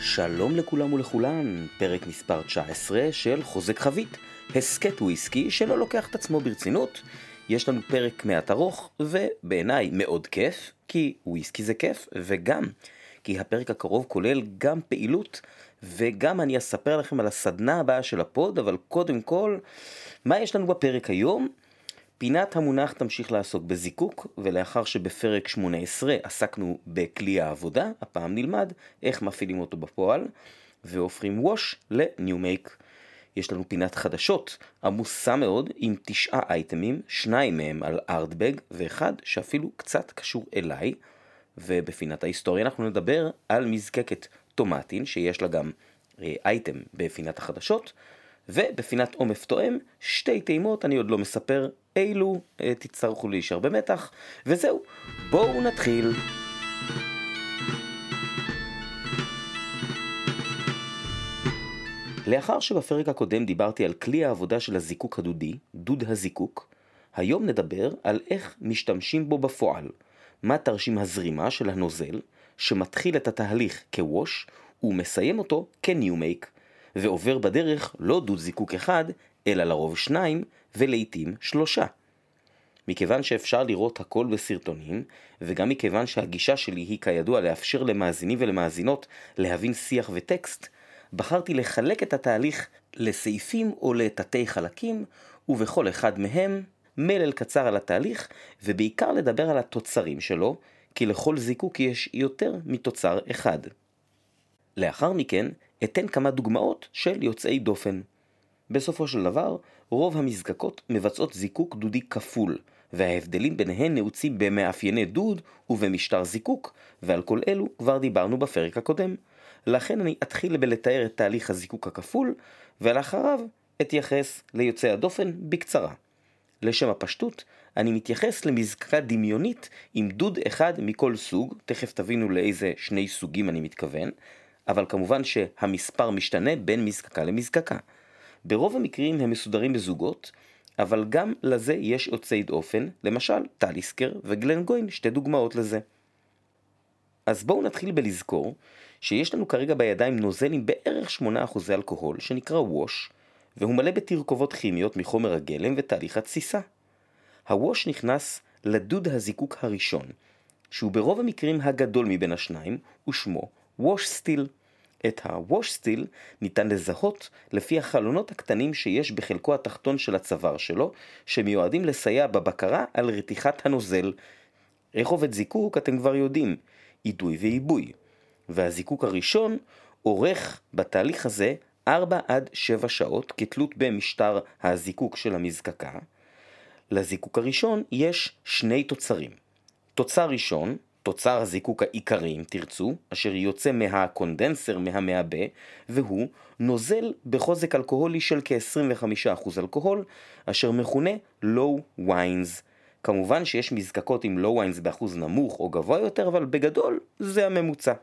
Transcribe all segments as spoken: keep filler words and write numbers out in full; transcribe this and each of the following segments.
שלום לכולם ולכולן, פרק מספר תשע עשרה של חוזק חבית, הסקט וויסקי שלא לוקח את עצמו ברצינות. יש לנו פרק מעט ארוך ובעיניי מאוד כיף, כי וויסקי זה כיף, וגם כי הפרק הקרוב כולל גם פעילות, וגם אני אספר לכם על הסדנה הבאה של הפוד. אבל קודם כל, מה יש לנו בפרק היום? פינת המונח תמשיך לעסוק בזיקוק, ולאחר שבפרק שמונה עשרה עסקנו בכלי העבודה, הפעם נלמד איך מפעילים אותו בפועל, והופכים ווש לניו מייק. יש לנו פינת חדשות עמוסה מאוד עם תשעה אייטמים, שניים מהם על ארטבג, ואחד שאפילו קצת קשור אליי. ובפינת ההיסטוריה אנחנו נדבר על מזקקת טומטין, שיש לה גם אייטם בפינת החדשות, ובפינת עומף תואם, שתי טעימות, אני עוד לא מספר אילו, תצטרכו להישאר במתח, וזהו, בואו נתחיל. לאחר שבפרק הקודם דיברתי על כלי העבודה של הזיקוק הדודי, דוד הזיקוק, היום נדבר על איך משתמשים בו בפועל, מה תרשים הזרימה של הנוזל, שמתחיל את התהליך כווש, ומסיים אותו כניו מייק, ועובר בדרך לא דוד זיקוק אחד, אלא לרוב שניים, ולעיתים שלושה. מכיוון שאפשר לראות הכל בסרטונים, וגם מכיוון שהגישה שלי היא כידוע לאפשר למאזינים ולמאזינות להבין שיח וטקסט, בחרתי לחלק את התהליך לסעיפים או לתתי חלקים, ובכל אחד מהם מלל קצר על התהליך, ובעיקר לדבר על התוצרים שלו, כי לכל זיקוק יש יותר מתוצר אחד. לאחר מכן, אתן כמה דוגמאות של יוצאי דופן. בסופו של דבר, רוב המזקקות מבצעות זיקוק דודי כפול, וההבדלים ביניהן נעוצים במאפייני דוד ובמשטר זיקוק, ועל כל אלו כבר דיברנו בפרק הקודם. לכן אני אתחיל בלתאר את תהליך הזיקוק הכפול, ולאחריו אתייחס ליוצאי הדופן בקצרה. לשם הפשטות, אני מתייחס למזקקה דמיונית עם דוד אחד מכל סוג, תכף תבינו לאיזה שני סוגים אני מתכוון, אבל כמובן שהמספר משתנה בין מזקקה למזקקה. ברוב המקרים הם מסודרים בזוגות, אבל גם לזה יש יוצאי דופן, למשל טליסקר וגלנגוין, שתי דוגמאות לזה. אז בואו נתחיל בלזכור שיש לנו כרגע בידיים נוזל עם בערך שמונה אחוז אלכוהול שנקרא ווש, והוא מלא בתרכובות כימיות מחומר הגלם ותהליך התסיסה. הווש נכנס לדוד הזיקוק הראשון, שהוא ברוב המקרים הגדול מבין השניים, ושמו ווש סטיל. את הווש סטיל ניתן לזהות לפי החלונות הקטנים שיש בחלקו התחתון של הצוואר שלו, שמיועדים לסייע בבקרה על רתיחת הנוזל. איך עובד זיקוק אתם כבר יודעים, אידוי ואיבוי. והזיקוק הראשון עורך בתהליך הזה ארבע עד שבע שעות כתלות במשטר הזיקוק של המזקקה. לזיקוק הראשון יש שני תוצרים. תוצר ראשון, תוצר הזיקוק העיקרי אם תרצו, אשר יוצא מהקונדנסר מהמעבה, והוא נוזל בחוזק אלכוהולי של כ-עשרים וחמישה אחוז אלכוהול, אשר מכונה low wines. כמובן שיש מזקקות עם low wines באחוז נמוך או גבוה יותר, אבל בגדול זה הממוצע.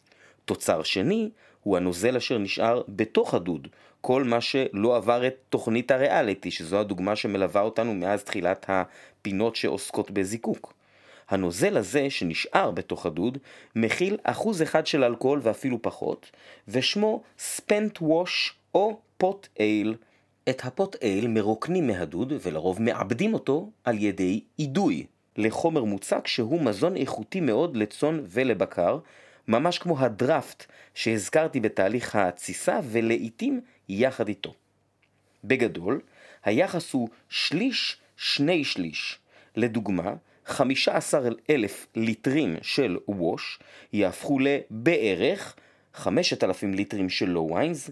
תוצר שני הוא הנוזל אשר נשאר בתוך הדוד, כל מה שלא עבר את תוכנית הריאליטי, שזו הדוגמה שמלווה אותנו מאז תחילת הפינות שעוסקות בזיקוק. הנוזל הזה שנשאר בתוך הדוד מכיל אחוז אחד של אלכוהול ואפילו פחות, ושמו ספנט ווש או פוט אייל. את הפוט אייל מרוקנים מהדוד ולרוב מעבדים אותו על ידי אידוי לחומר מוצק שהוא מזון איכותי מאוד לצאן ולבקר, ממש כמו הדרפט שהזכרתי בתהליך התסיסה ולעיתים יחד איתו. בגדול, היחס הוא שליש שני שליש. לדוגמה, חמישה עשר אלף ליטרים של ווש יהפכו לבערך חמשת אלפים ליטרים של לואו ויינס,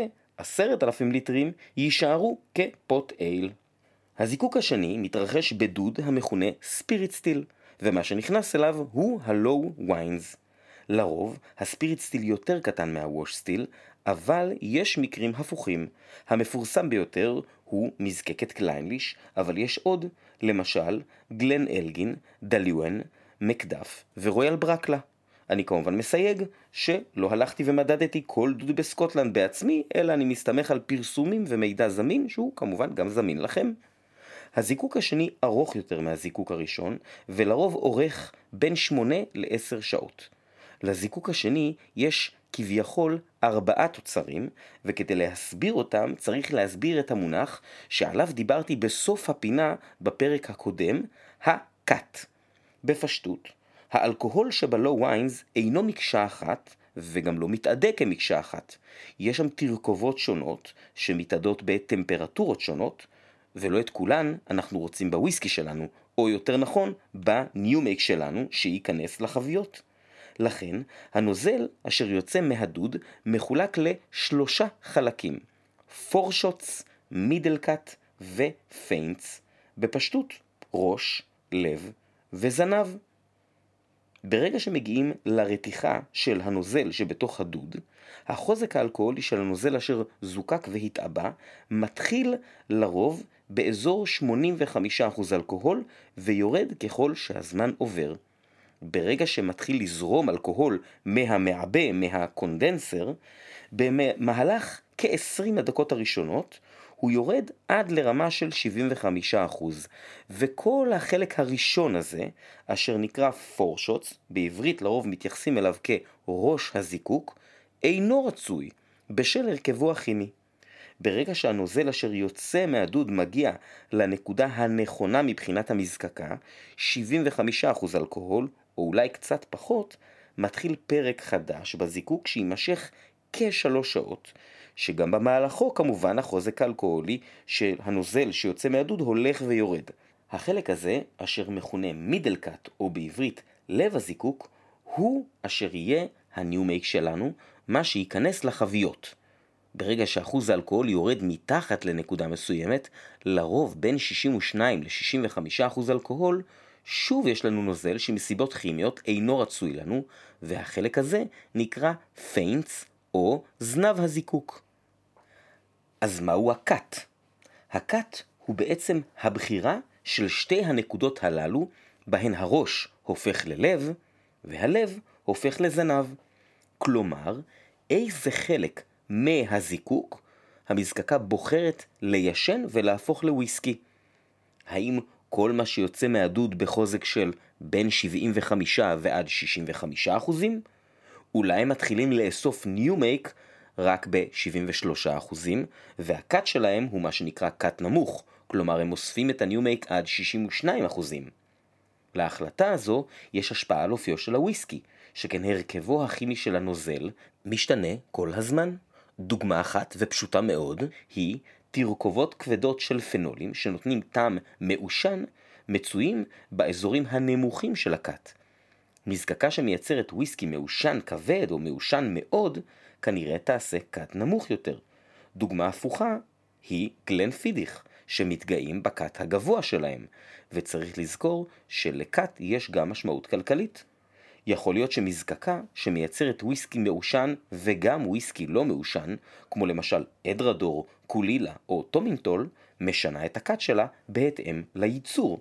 ו-עשרת אלפים ליטרים יישארו כפוט אייל. הזיקוק השני מתרחש בדוד המכונה ספיריט סטיל, ומה שנכנס אליו הוא הלואו ויינס. לרוב, הספיריט סטיל יותר קטן מהווש סטיל, אבל יש מקרים הפוכים. המפורסם ביותר הוא מזקקת קליינליש, אבל יש עוד, למשל, גלן אלגין, דליואן, מקדף ורויאל ברקלה. אני כמובן מסייג שלא הלכתי ומדדתי כל דוד בסקוטלנד בעצמי, אלא אני מסתמך על פרסומים ומידע זמין, שהוא כמובן גם זמין לכם. הזיקוק השני ארוך יותר מהזיקוק הראשון, ולרוב אורך בין שמונה לעשר שעות. לזיקוק השני יש כביכול ארבעה תוצרים, וכדי להסביר אותם צריך להסביר את המונח שעליו דיברתי בסוף הפינה בפרק הקודם, הקאט. בפשטות, האלכוהול שבלואו ויינס אינו מקשה אחת, וגם לא מתאדה כמקשה אחת. יש שם תרכובות שונות שמתאדות בטמפרטורות שונות, ולא את כולן אנחנו רוצים בוויסקי שלנו, או יותר נכון, בניומייק שלנו שייכנס לחביות. לכן, הנוזל אשר יוצא מהדוד מחולק לשלושה חלקים, פורשוטס, מידל קאט ופיינטס, בפשטות ראש, לב וזנב. ברגע שמגיעים לרתיחה של הנוזל שבתוך הדוד, החוזק האלכוהולי של הנוזל אשר זוקק והתאבא מתחיל לרוב באזור שמונים וחמישה אחוז אלכוהול ויורד ככל שהזמן עובר. ברגע שמתחיל לזרום אלכוהול מהמעבה, מהקונדנסר, במהלך כ-עשרים הדקות הראשונות, הוא יורד עד לרמה של שבעים וחמישה אחוז, וכל החלק הראשון הזה, אשר נקרא פורשוטס, בעברית לרוב מתייחסים אליו כראש הזיקוק, אינו רצוי בשל הרכבו הכימי. ברגע שהנוזל אשר יוצא מהדוד מגיע לנקודה הנכונה מבחינת המזקקה, שבעים וחמישה אחוז אלכוהול, או אולי קצת פחות, מתחיל פרק חדש בזיקוק שימשך כשלוש שעות, שגם במהלכו כמובן החוזק האלכוהולי של הנוזל שיוצא מהדוד הולך ויורד. החלק הזה, אשר מכונה מידל קאט או בעברית לב הזיקוק, הוא אשר יהיה הניומייק שלנו, מה שייכנס לחביות. ברגע שאחוז האלכוהול יורד מתחת לנקודה מסוימת, לרוב בין שישים ושניים ל-שישים וחמישה אחוז אלכוהול, שוב יש לנו נוזל שמסיבות כימיות אינו רצוי לנו, והחלק הזה נקרא פיינטס או זנב הזיקוק. אז מהו הקאט? הקאט הוא בעצם הבחירה של שתי הנקודות הללו, בהן הראש הופך ללב והלב הופך לזנב. כלומר, איזה חלק מהזיקוק המזקקה בוחרת ליישן ולהפוך לוויסקי. האם כל מה שיוצא מהדוד בחוזק של בין שבעים וחמישה ועד שישים וחמישה אחוזים? אולי מתחילים לאסוף ניומייק רק ב-שבעים ושלושה אחוזים, והקאט שלהם הוא מה שנקרא קאט נמוך, כלומר הם אוספים את הניומייק עד שישים ושניים אחוזים. להחלטה הזו יש השפעה על אופיו של הוויסקי, שכן הרכבו הכימי של הנוזל משתנה כל הזמן. דוגמה אחת ופשוטה מאוד היא תרכובות כבדות של פנולים שנותנים טעם מעושן מצויים באזורים הנמוכים של הקאט. מזקקה שמייצרת וויסקי מעושן כבד או מעושן מאוד כנראה תעשה קאט נמוך יותר. דוגמה הפוכה היא גלנפידיך שמתגאים בקאט הגבוה שלהם, וצריך לזכור שלקאט יש גם משמעות כלכלית. יכול להיות שמזקקה שמייצרת וויסקי מעושן וגם וויסקי לא מעושן, כמו למשל אדרדור, קולילה או טומינטול, משנה את הקאט שלה בהתאם לייצור.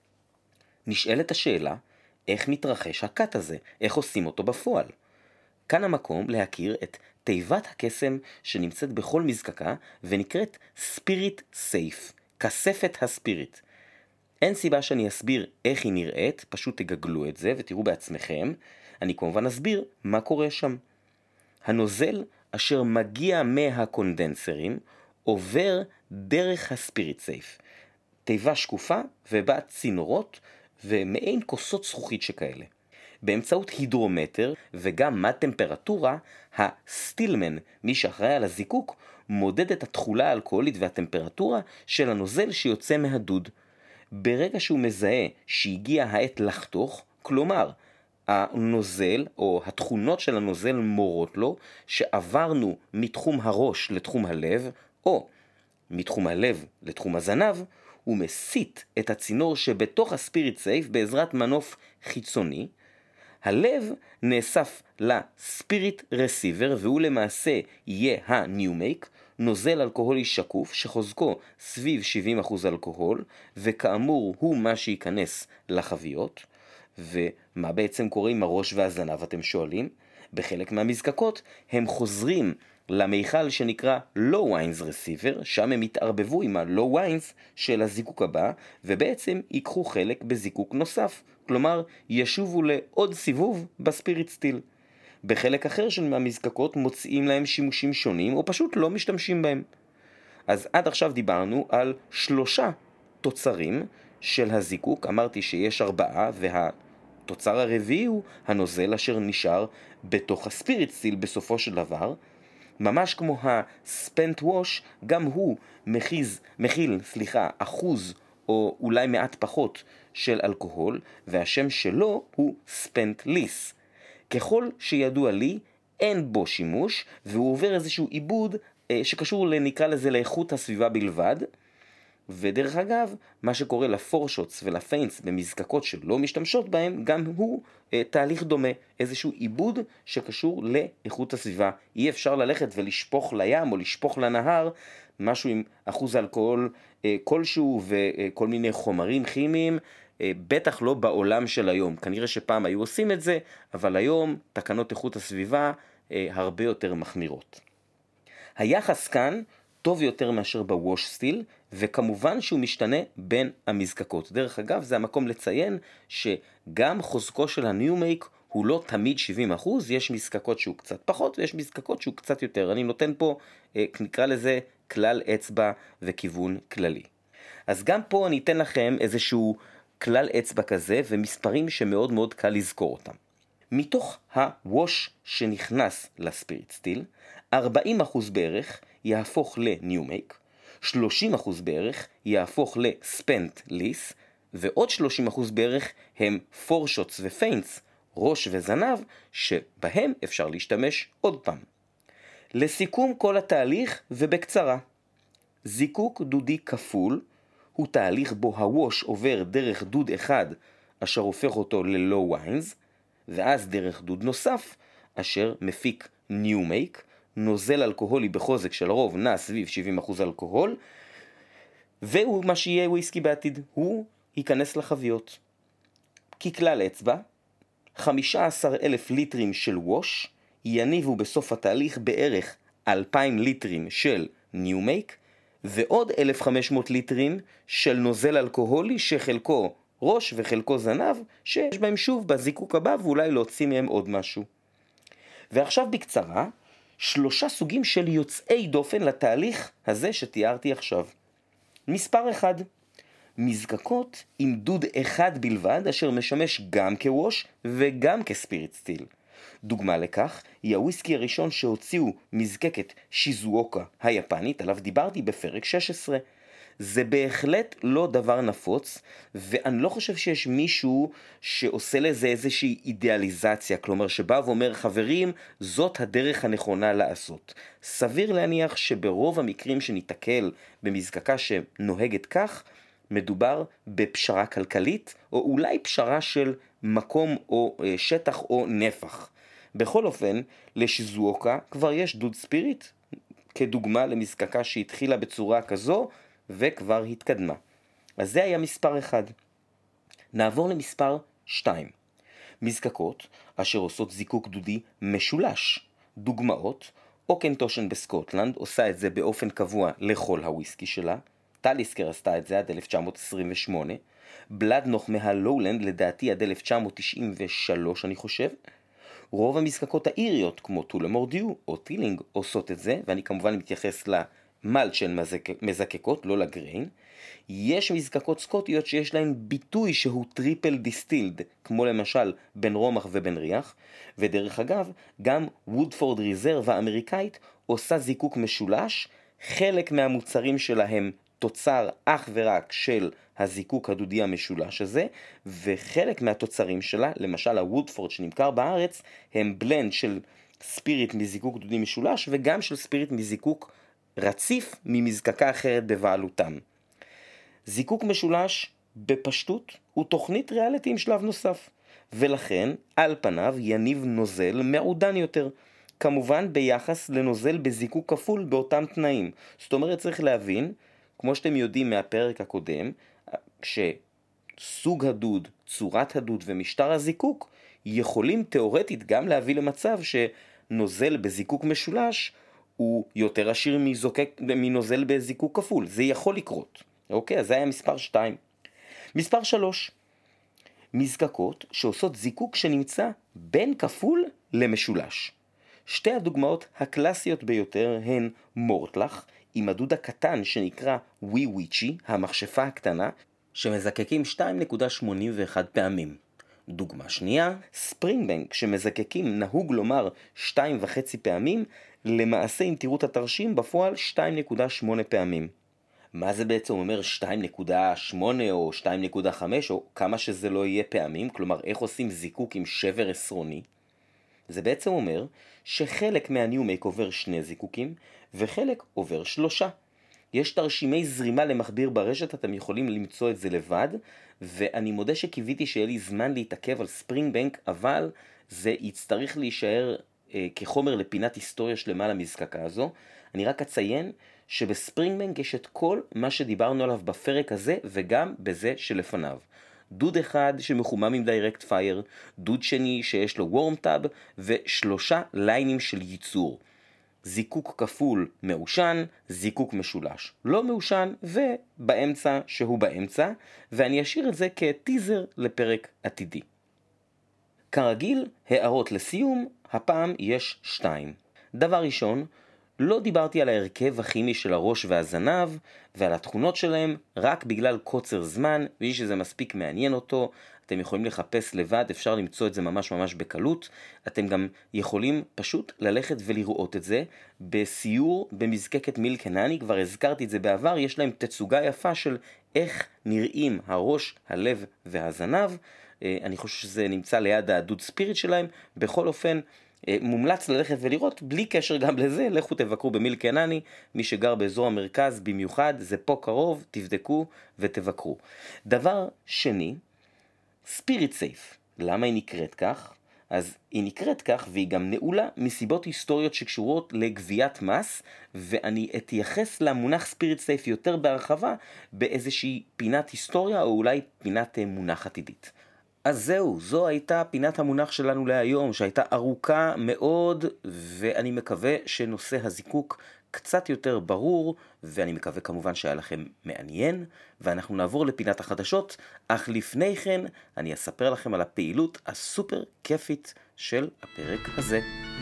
נשאלת השאלה, איך מתרחש הקאט הזה? איך עושים אותו בפועל? כאן המקום להכיר את תיבת הקסם שנמצאת בכל מזקקה ונקראת ספיריט סייף, כספת הספיריט. אין סיבה שאני אסביר איך היא נראית, פשוט תגגלו את זה ותראו בעצמכם. אני כמובן אסביר מה קורה שם. הנוזל אשר מגיע מהקונדנסרים עובר דרך הספיריט סייף. תיבה שקופה ובה צינורות ומעין כוסות זכוכית שכאלה. באמצעות הידרומטר וגם מד טמפרטורה, הסטילמן, מי שאחראי על הזיקוק, מודד את התכולה האלכוהולית והטמפרטורה של הנוזל שיוצא מהדוד. ברגע שהוא מזהה שהגיע העת לחתוך, כלומר, הנוזל או התכונות של הנוזל מורות לו שעברנו מתחום הראש לתחום הלב, או מתחום הלב לתחום הזנב, הוא מסיט את הצינור שבתוך הספיריט סייף בעזרת מנוף חיצוני. הלב נאסף לספיריט רסיבר והוא למעשה יהיה הניומייק, נוזל אלכוהולי שקוף שחוזקו סביב שבעים אחוז אלכוהול, וכאמור הוא מה שייכנס לחביות. ומה בעצם קורה עם הראש והזנב אתם שואלים? בחלק מהמזקקות הם חוזרים למיכל שנקרא low wines receiver, שם הם יתערבבו עם ה-low wines של הזיקוק הבא, ובעצם ייקחו חלק בזיקוק נוסף, כלומר ישובו לעוד סיבוב בספיריט סטיל. בחלק אחר של המזקקות מוצאים להם שימושים שונים או פשוט לא משתמשים בהם. אז עד עכשיו דיברנו על שלושה תוצרים של הזיקוק, אמרתי שיש ארבעה והתוצר הרביעי הוא הנוזל אשר נשאר בתוך הספיריט סטיל בסופו של דבר, ממש כמו הספנט ווש, גם הוא מכיז, מכיל, סליחה, אחוז או אולי מעט פחות של אלכוהול, והשם שלו הוא ספנט ליס. ככל שידוע לי, אין בו שימוש, והוא עובר איזשהו עיבוד אה, שקשור, נקרא לזה, לאיכות הסביבה בלבד. ודרך אגב, מה שקורה לפורשוטס ולפיינטס במזקקות שלא משתמשות בהם, גם הוא אה, תהליך דומה, איזשהו עיבוד שקשור לאיכות הסביבה. אי אפשר ללכת ולשפוך לים או לשפוך לנהר משהו עם אחוז אלכוהול אה, כלשהו וכל מיני חומרים כימיים, אה, בטח לא בעולם של היום. כנראה שפעם היו עושים את זה, אבל היום תקנות איכות הסביבה אה, הרבה יותר מחמירות. היחס כאן טוב יותר מאשר בווש סטיל, וכמובן שהוא משתנה בין המזקקות. דרך אגב, זה המקום לציין שגם חוזקו של הניומייק הוא לא תמיד שבעים אחוז, יש מזקקות שהוא קצת פחות ויש מזקקות שהוא קצת יותר. אני נותן פה, נקרא לזה, כלל אצבע וכיוון כללי. אז גם פה אני אתן לכם איזשהו כלל אצבע כזה ומספרים שמאוד מאוד קל לזכור אותם. מתוך הווש שנכנס לספיריט סטיל, ארבעים אחוז בערך יהפוך לניומייק, שלושים אחוז בערך יהפוך לספנט ליס, ועוד שלושים אחוז בערך הם פורשוטס ופיינטס, ראש וזנב, שבהם אפשר להשתמש עוד פעם. לסיכום כל התהליך ובקצרה, זיקוק דודי כפול הוא תהליך בו הווש עובר דרך דוד אחד אשר הופך אותו ללו ויינס, ואז דרך דוד נוסף אשר מפיק ניומייק, נוזל אלכוהולי בחוזק של הרוב נע סביב שבעים אחוז אלכוהול, והוא מה שיהיה וויסקי בעתיד, הוא ייכנס לחביות. ככלל אצבע, חמישה עשר אלף ליטרים של ווש יניבו בסוף התהליך בערך אלפיים ליטרים של ניומייק, ועוד אלף וחמש מאות ליטרים של נוזל אלכוהולי שחלקו ראש וחלקו זנב, שיש בהם שוב בזיקוק הבא ואולי להוציא מהם עוד משהו. ועכשיו בקצרה, שלושה סוגים של יוצאי דופן לתהליך הזה שתיארתי עכשיו. מספר אחד, מזקקות עם דוד אחד בלבד אשר משמש גם כווש וגם כספיריט סטיל. דוגמה לכך היא הוויסקי הראשון שהוציאו מזקקת שיזואוקה היפנית, עליו דיברתי בפרק שש עשרה. זה בהחלט לא דבר נפוץ, ואני לא חושב שיש מישהו שעושה לזה איזושהי אידיאליזציה, כלומר שבא ואומר חברים, זאת הדרך הנכונה לעשות. סביר להניח שברוב המקרים שניתקל במזקקה שנוהגת כך, מדובר בפשרה כלכלית, או אולי פשרה של מקום או שטח או נפח. בכל אופן, לשיזואוקה כבר יש דוד ספיריט, כדוגמה למזקקה שהתחילה בצורה כזו, וכבר התקדמה. אז זה היה מספר אחד. נעבור למספר שתיים. מזקקות אשר עושות זיקוק דודי משולש. דוגמאות, אוקנטושן בסקוטלנד עושה את זה באופן קבוע לכל הוויסקי שלה. טליסקר עשתה את זה עד אלף תשע מאות עשרים ושמונה. בלדנוך מהלולנד לדעתי עד אלף תשע מאות תשעים ושלוש אני חושב. רוב המזקקות האיריות כמו טולמורדיו או טילינג עושות את זה, ואני כמובן מתייחס למלט שהן מזקקות, לא לגריין. יש מזקקות סקוטיות שיש להן ביטוי שהוא טריפל דיסטילד, כמו למשל בין רומח ובין ריח, ודרך אגב, גם וודפורד ריזרב האמריקאית עושה זיקוק משולש, חלק מהמוצרים שלהם תוצר אך ורק של הזיקוק הדודי המשולש הזה, וחלק מהתוצרים שלה, למשל הוודפורד שנמכר בארץ, הם בלנד של ספיריט מזיקוק דודי משולש, וגם של ספיריט מזיקוק רציף ממזקקה אחרת בבעלותם. זיקוק משולש בפשטות הוא תוכנית ריאליטי עם שלב נוסף, ולכן על פניו יניב נוזל מעודן יותר, כמובן ביחס לנוזל בזיקוק כפול באותם תנאים. זאת אומרת צריך להבין, כמו שאתם יודעים מהפרק הקודם, שסוג הדוד, צורת הדוד ומשטר הזיקוק יכולים תיאורטית גם להביא למצב שנוזל בזיקוק משולש הוא יותר עשיר מזוקק, מנוזל בזיקוק כפול. זה יכול לקרות. אוקיי, אז זה היה מספר שתיים. מספר שלוש, מזקקות שעושות זיקוק שנמצא בין כפול למשולש. שתי הדוגמאות הקלאסיות ביותר הן מורטלח, עם הדוד הקטן שנקרא ווי וויצ'י, המכשפה הקטנה, שמזקקים שתיים נקודה שמונים ואחת פעמים. דוגמה שנייה, ספרינגבנק, שמזקקים נהוג לומר שתיים וחצי פעמים, למעשה אם תראו את התרשים בפועל שתיים נקודה שמונה פעמים. מה זה בעצם אומר שתיים נקודה שמונה או שתיים נקודה חמש או כמה שזה לא יהיה פעמים? כלומר, איך עושים זיקוק עם שבר עשרוני? זה בעצם אומר שחלק מהניומייק עובר שני זיקוקים וחלק עובר שלושה. יש תרשימי זרימה למכביר ברשת, אתם יכולים למצוא את זה לבד, ואני מודה שקיוויתי שיהיה לי זמן להתעכב על ספרינגבנק, אבל זה יצטרך להישאר אה, כחומר לפינת היסטוריה שלמה למזקקה הזו. אני רק אציין שבספרינגבנק יש את כל מה שדיברנו עליו בפרק הזה וגם בזה שלפניו. דוד אחד שמחומם עם דיירקט פייר, דוד שני שיש לו וורם טאב ושלושה ליינים של ייצור. זיקוק כפול מעושן, זיקוק משולש לא מעושן ובאמצע שהוא באמצע, ואני אשאיר את זה כטיזר לפרק עתידי. כרגיל, הערות לסיום, הפעם יש שתיים. דבר ראשון, לא דיברתי על ההרכב הכימי של הראש והזנב ועל התכונות שלהם רק בגלל קוצר זמן, ואם שזה מספיק מעניין אותו, אתם יכולים לחפש לבד, אפשר למצוא את זה ממש ממש בקלות. אתם גם יכולים פשוט ללכת ולראות את זה בסיור במזקקת מילקנני, כבר הזכרתי את זה בעבר, יש להם תצוגה יפה של איך נראים הראש, הלב והזנב. אני חושב שזה נמצא ליד הדוד ספיריט שלהם. בכל אופן, מומלץ ללכת ולראות, בלי קשר גם לזה, לכו תבקרו במילקנני, מי שגר באזור המרכז במיוחד, זה פה קרוב, תבדקו ותבקרו. דבר שני, ספיריט סייף. למה היא נקראת כך? אז היא נקראת כך והיא גם נעולה מסיבות היסטוריות שקשורות לגביית מס, ואני אתייחס למונח ספיריט סייף יותר בהרחבה באיזושהי פינת היסטוריה או אולי פינת מונח עתידית. אז זהו, זו הייתה פינת המונח שלנו להיום, שהייתה ארוכה מאוד, ואני מקווה שנושא הזיקוק קצת יותר ברור, ואני מקווה כמובן שהיה לכם מעניין, ואנחנו נעבור לפינת החדשות, אך לפני כן אני אספר לכם על הפעילות הסופר כיפית של הפרק הזה.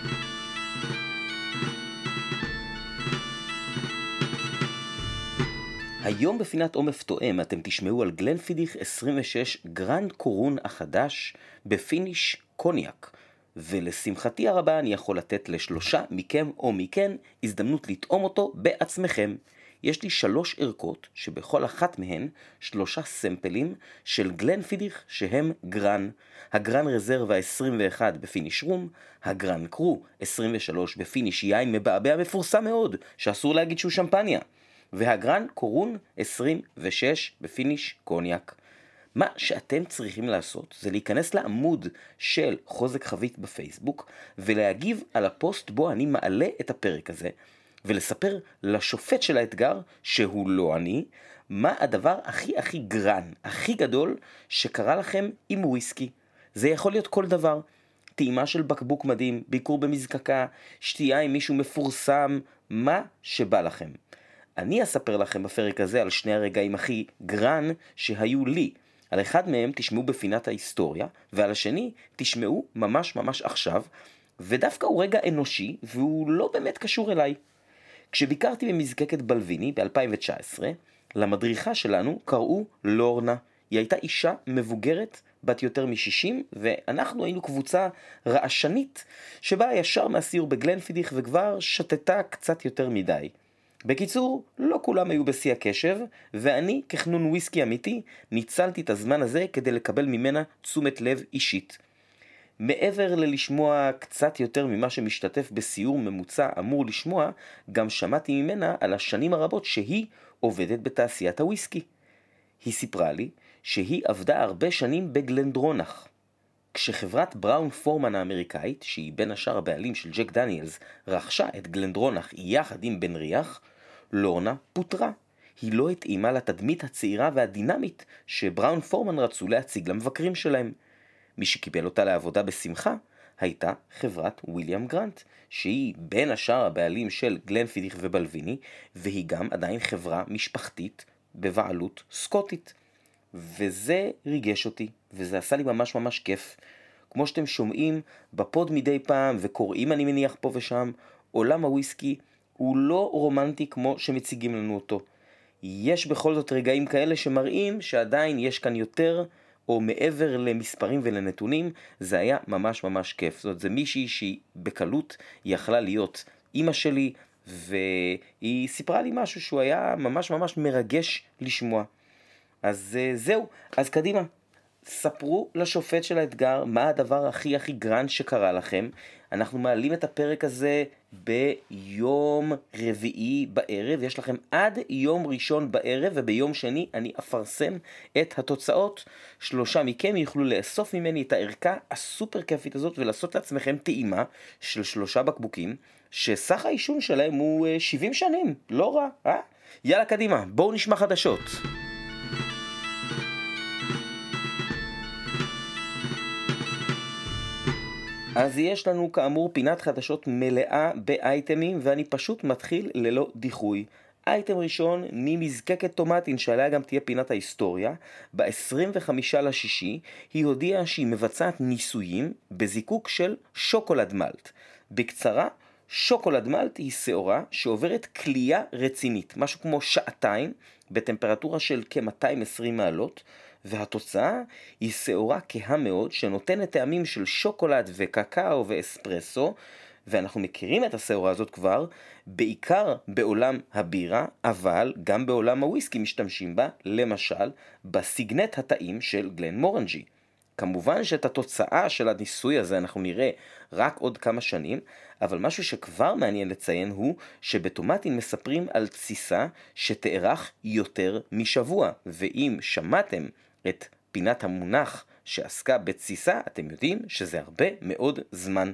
היום בפינת עומף תואם אתם תשמעו על גלנפידיך עשרים ושש גרנד קורון החדש בפיניש קוניאק, ולשמחתי הרבה אני יכול לתת לשלושה מכם או מכן הזדמנות לטעום אותו בעצמכם. יש לי שלוש ערכות שבכל אחת מהן שלושה סמפלים של גלנפידיך שהם גרן. הגרן רזרבה עשרים ואחת בפיניש רום, הגרן קרו עשרים ושלוש בפיניש יין מבעבע מפורסם מאוד שאסור להגיד שהוא שמפניה, והגרן קורון עשרים ושש בפיניש קוניאק. מה שאתם צריכים לעשות זה להיכנס לעמוד של חוזק חבית בפייסבוק ולהגיב על הפוסט בו אני מעלה את הפרק הזה, ולספר לשופט של האתגר שהוא לא אני, מה הדבר הכי הכי גרן, הכי גדול שקרה לכם עם וויסקי. זה יכול להיות כל דבר, טעימה של בקבוק מדהים, ביקור במזקקה, שתייה עם מישהו מפורסם, מה שבא לכם. אני אספר לכם בפרק הזה על שני הרגעים הכי גרן שהיו לי. על אחד מהם תשמעו בפינת ההיסטוריה, ועל השני תשמעו ממש ממש עכשיו, ודווקא הוא רגע אנושי, והוא לא באמת קשור אליי. כשביקרתי במזקקת בלוויני ב-אלפיים תשע עשרה, למדריכה שלנו קראו לורנה. היא הייתה אישה מבוגרת, בת יותר מ-שישים, ואנחנו היינו קבוצה רעשנית, שבאה ישר מהסיור בגלנפידיך וכבר שתתה קצת יותר מדי. בקיצור, לא כולם היו בשיא הקשב, ואני, כחנון וויסקי אמיתי, ניצלתי את הזמן הזה כדי לקבל ממנה תשומת לב אישית. מעבר ללשמוע קצת יותר ממה שמשתתף בסיור ממוצע אמור לשמוע, גם שמעתי ממנה על השנים הרבות שהיא עובדת בתעשיית הוויסקי. היא סיפרה לי שהיא עבדה הרבה שנים בגלנדרונח. כשחברת בראון פורמן האמריקאית, שהיא בין השאר הבעלים של ג'ק דניאלס, רכשה את גלנדרונח יחד עם בן ריח, לורנה פוטרה. היא לא התאימה לתדמית הצעירה והדינמית שבראון פורמן רצו להציג למבקרים שלהם. מי שקיבל אותה לעבודה בשמחה הייתה חברת וויליאם גרנט, שהיא בין השאר הבעלים של גלנפידיך ובלוויני, והיא גם עדיין חברה משפחתית בבעלות סקוטית. וזה ריגש אותי, וזה עשה לי ממש ממש כיף. כמו שאתם שומעים בפוד מדי פעם וקוראים אני מניח פה ושם, עולם הוויסקי הוא לא רומנטי כמו שמציגים לנו אותו. יש בכל זאת רגעים כאלה שמראים שעדיין יש כאן יותר או מעבר למספרים ולנתונים. זה היה ממש ממש כיף. זאת זה מישהי שהיא בקלות יכלה להיות אמא שלי, והיא סיפרה לי משהו שהוא היה ממש ממש מרגש לשמוע. אז זהו, אז קדימה. ספרו לשופט של האתגר מה הדבר הכי הכי גרנד שקרה לכם. אנחנו מעלים את הפרק הזה ביום רביעי בערב, יש לכם עד יום ראשון בערב, וביום שני אני אפרסם את התוצאות. שלושה מכם יוכלו לאסוף ממני את הערכה הסופר כיפית הזאת ולעשות לעצמכם טעימה של שלושה בקבוקים שסך האישון שלהם הוא שבעים שנים, לא רע, אה? יאללה קדימה, בואו נשמע חדשות. אז יש לנו כאמור פינת חדשות מלאה באייטמים, ואני פשוט מתחיל ללא דיחוי. אייטם ראשון ממזקקת טומטין, שעליה גם תהיה פינת ההיסטוריה. ב-עשרים וחמישה לשישי היא הודיעה שהיא מבצעת ניסויים בזיקוק של שוקולד מלט. בקצרה, שוקולד מלט היא שעורה שעוברת קלייה רצינית, משהו כמו שעתיים, בטמפרטורה של כ-מאתיים ועשרים מעלות, והתוצאה היא שעורה כהה מאוד שנותנת טעמים של שוקולד וקקאו ואספרסו, ואנחנו מכירים את השעורה הזאת כבר, בעיקר בעולם הבירה, אבל גם בעולם הוויסקי משתמשים בה, למשל בסיגנט הטעים של גלן מורנג'י. כמובן שאת התוצאה של הניסוי הזה אנחנו נראה רק עוד כמה שנים, אבל משהו שכבר מעניין לציין הוא שבטומטין מספרים על תסיסה שתארך יותר משבוע, ואם שמעתם את פינת המונח שעסקה בתסיסה, אתם יודעים שזה הרבה מאוד זמן.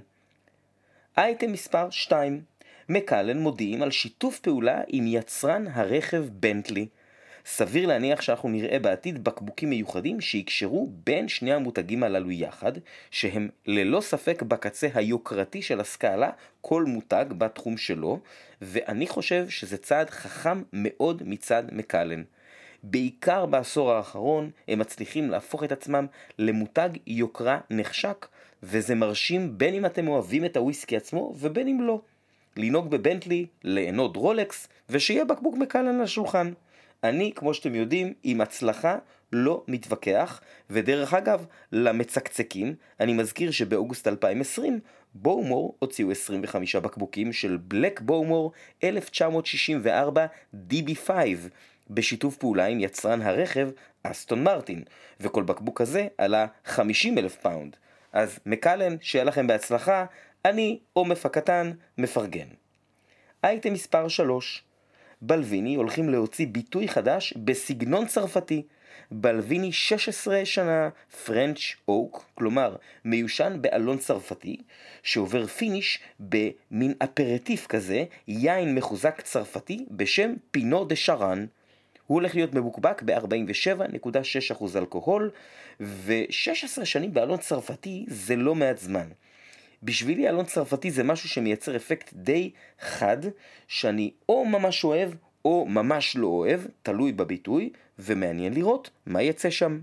אייטם מספר שתיים, מקלן מודיעים על שיתוף פעולה עם יצרן הרכב בנטלי. סביר להניח שאנחנו נראה בעתיד בקבוקים מיוחדים שיקשרו בין שני המותגים הללו יחד, שהם ללא ספק בקצה היוקרתי של הסקאלה, כל מותג בתחום שלו, ואני חושב שזה צעד חכם מאוד מצד מקלן. בעיקר בעשור האחרון הם מצליחים להפוך את עצמם למותג יוקרה נחשק, וזה מרשים בין אם אתם אוהבים את הוויסקי עצמו ובין אם לא. לנהוג בבנטלי, ליהנות רולקס, ושיהיה בקבוק מקלן לשולחן. אני, כמו שאתם יודעים, עם הצלחה לא מתווכח, ודרך אגב, למצקצקים, אני מזכיר שבאוגוסט אלפיים ועשרים, בואומור הוציאו עשרים וחמישה בקבוקים של בלק בואומור אלף תשע מאות שישים וארבע די בי חמש, בשיתוף פעולה עם יצרן הרכב אסטון מרטין, וכל בקבוק הזה עלה חמישים אלף פאונד. אז מקלן, שיהיה לכם בהצלחה, אני או מפקתן מפרגן. אייטם מספר שלוש, בלוויני הולכים להוציא ביטוי חדש בסגנון צרפתי. בלוויני שש עשרה שנה פרנץ' אוק, כלומר מיושן באלון צרפתי, שעובר פיניש במין אפרטיף כזה, יין מחוזק צרפתי בשם פינו דה שרן. הוא הולך להיות מבוקבק ב-ארבעים ושבע נקודה שש אחוז אלכוהול, ו-שש עשרה שנים באלון צרפתי זה לא מעט זמן. בשבילי אלון צרפתי זה משהו שמייצר אפקט די חד, שאני או ממש אוהב או ממש לא אוהב, תלוי בביטוי, ומעניין לראות מה יצא שם.